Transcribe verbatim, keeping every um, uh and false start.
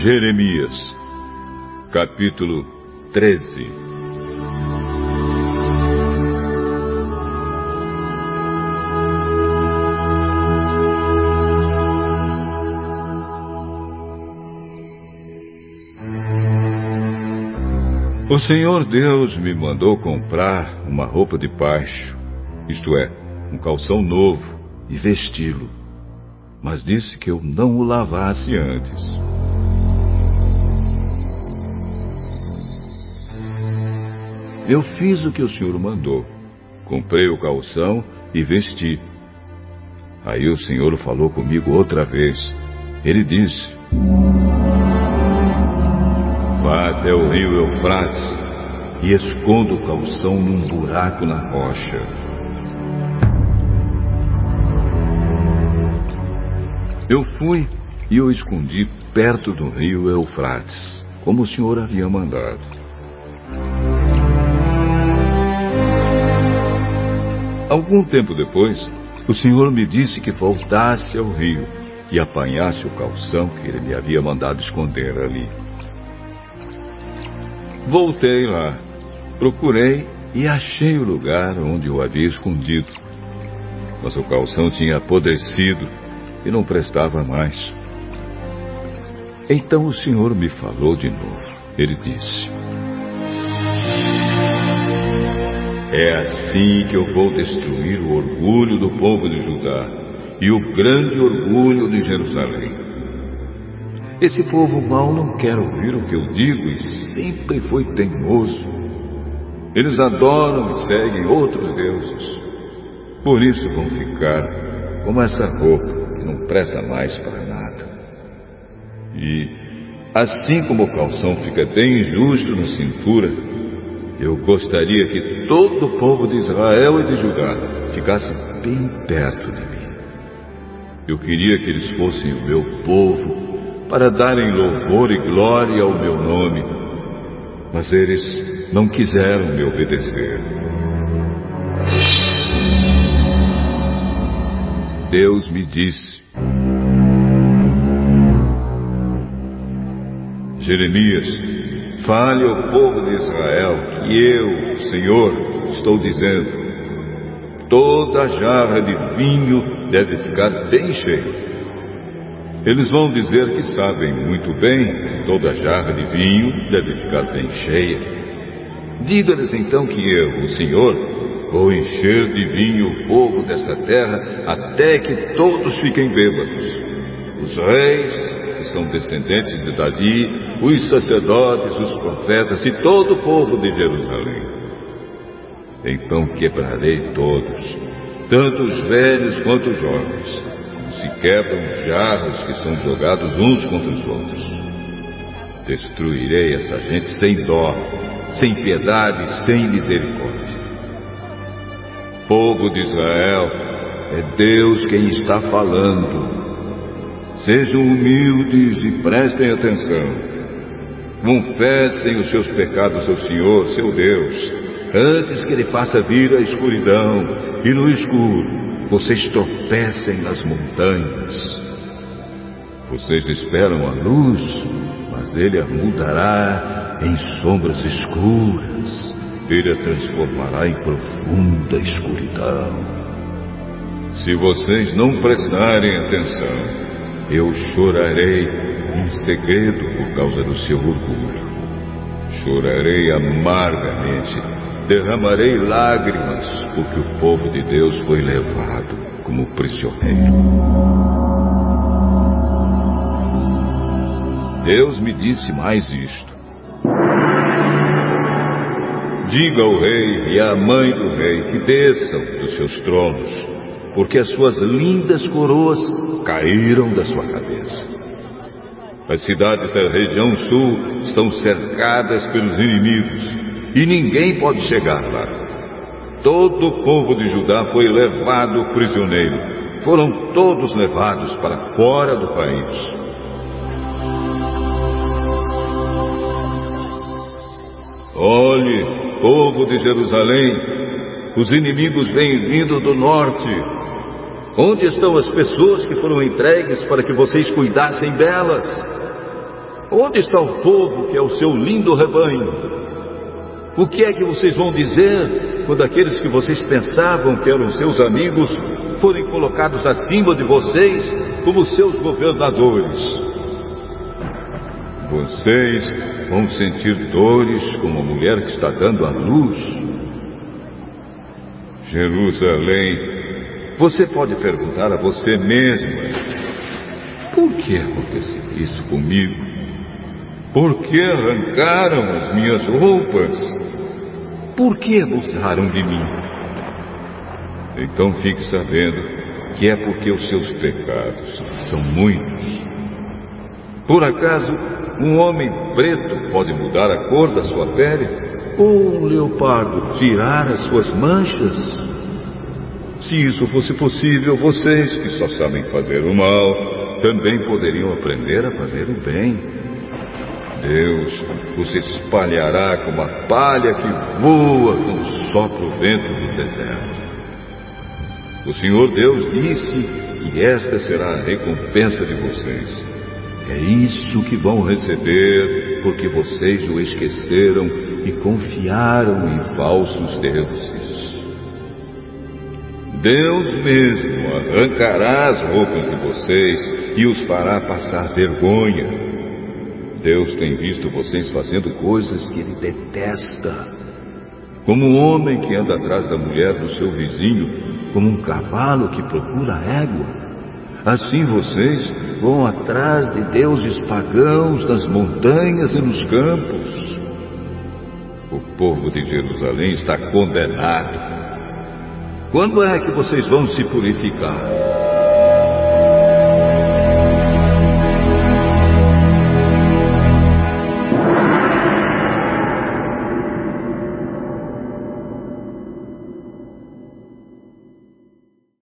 Jeremias, capítulo treze. O Senhor Deus me mandou comprar uma roupa de paixo, isto é, um calção novo, e vesti-lo, mas disse que eu não o lavasse antes. Eu fiz o que o Senhor mandou. Comprei o calção e vesti. Aí o Senhor falou comigo outra vez. Ele disse: vá até o rio Eufrates e esconda o calção num buraco na rocha. Eu fui e o escondi perto do rio Eufrates, como o Senhor havia mandado. Algum tempo depois, o Senhor me disse que voltasse ao rio e apanhasse o calção que ele me havia mandado esconder ali. Voltei lá, procurei e achei o lugar onde o havia escondido. Mas o calção tinha apodrecido e não prestava mais. Então o Senhor me falou de novo. Ele disse: é assim que eu vou destruir o orgulho do povo de Judá e o grande orgulho de Jerusalém. Esse povo mau não quer ouvir o que eu digo e sempre foi teimoso. Eles adoram e seguem outros deuses. Por isso vão ficar como essa roupa que não presta mais para nada. E assim como o calção fica bem justo na cintura, eu gostaria que todo o povo de Israel e de Judá ficasse bem perto de mim. Eu queria que eles fossem o meu povo para darem louvor e glória ao meu nome, mas eles não quiseram me obedecer. Deus me disse: Jeremias, fale ao povo de Israel que eu, o Senhor, estou dizendo: toda jarra de vinho deve ficar bem cheia. Eles vão dizer que sabem muito bem que toda jarra de vinho deve ficar bem cheia. Diga-lhes então que eu, o Senhor, vou encher de vinho o povo desta terra até que todos fiquem bêbados. Os reis, que são descendentes de Davi, os sacerdotes, os profetas e todo o povo de Jerusalém. Então quebrarei todos, tanto os velhos quanto os jovens, como se quebram os jarros que são jogados uns contra os outros. Destruirei essa gente sem dó, sem piedade e sem misericórdia. Povo de Israel, é Deus quem está falando. Sejam humildes e prestem atenção. Confessem os seus pecados ao Senhor, seu Deus, antes que Ele faça vir a escuridão e no escuro vocês tropecem nas montanhas. Vocês esperam a luz, mas Ele a mudará em sombras escuras. Ele a transformará em profunda escuridão. Se vocês não prestarem atenção, eu chorarei em segredo por causa do seu orgulho. Chorarei amargamente, derramarei lágrimas, porque o povo de Deus foi levado como prisioneiro. Deus me disse mais isto: diga ao rei e à mãe do rei que desçam dos seus tronos, porque as suas lindas coroas caíram da sua cabeça. As cidades da região sul estão cercadas pelos inimigos e ninguém pode chegar lá. Todo o povo de Judá foi levado prisioneiro. Foram todos levados para fora do país. Olhe, povo de Jerusalém, os inimigos vêm vindo do norte. Onde estão as pessoas que foram entregues para que vocês cuidassem delas? Onde está o povo que é o seu lindo rebanho? O que é que vocês vão dizer quando aqueles que vocês pensavam que eram seus amigos forem colocados acima de vocês como seus governadores? Vocês vão sentir dores como a mulher que está dando à luz. Jerusalém, você pode perguntar a você mesma: por que aconteceu isso comigo? Por que arrancaram as minhas roupas? Por que abusaram de mim? Então fique sabendo que é porque os seus pecados são muitos. Por acaso, um homem preto pode mudar a cor da sua pele? Ou um leopardo tirar as suas manchas? Se isso fosse possível, vocês que só sabem fazer o mal, também poderiam aprender a fazer o bem. Deus os espalhará como a palha que voa com o sopro vento do deserto. O Senhor Deus disse que esta será a recompensa de vocês. É isso que vão receber, porque vocês o esqueceram e confiaram em falsos deuses. Deus mesmo arrancará as roupas de vocês e os fará passar vergonha. Deus tem visto vocês fazendo coisas que Ele detesta. Como um homem que anda atrás da mulher do seu vizinho, como um cavalo que procura a égua. Assim vocês vão atrás de deuses pagãos nas montanhas e nos campos. O povo de Jerusalém está condenado. Quando é que vocês vão se purificar?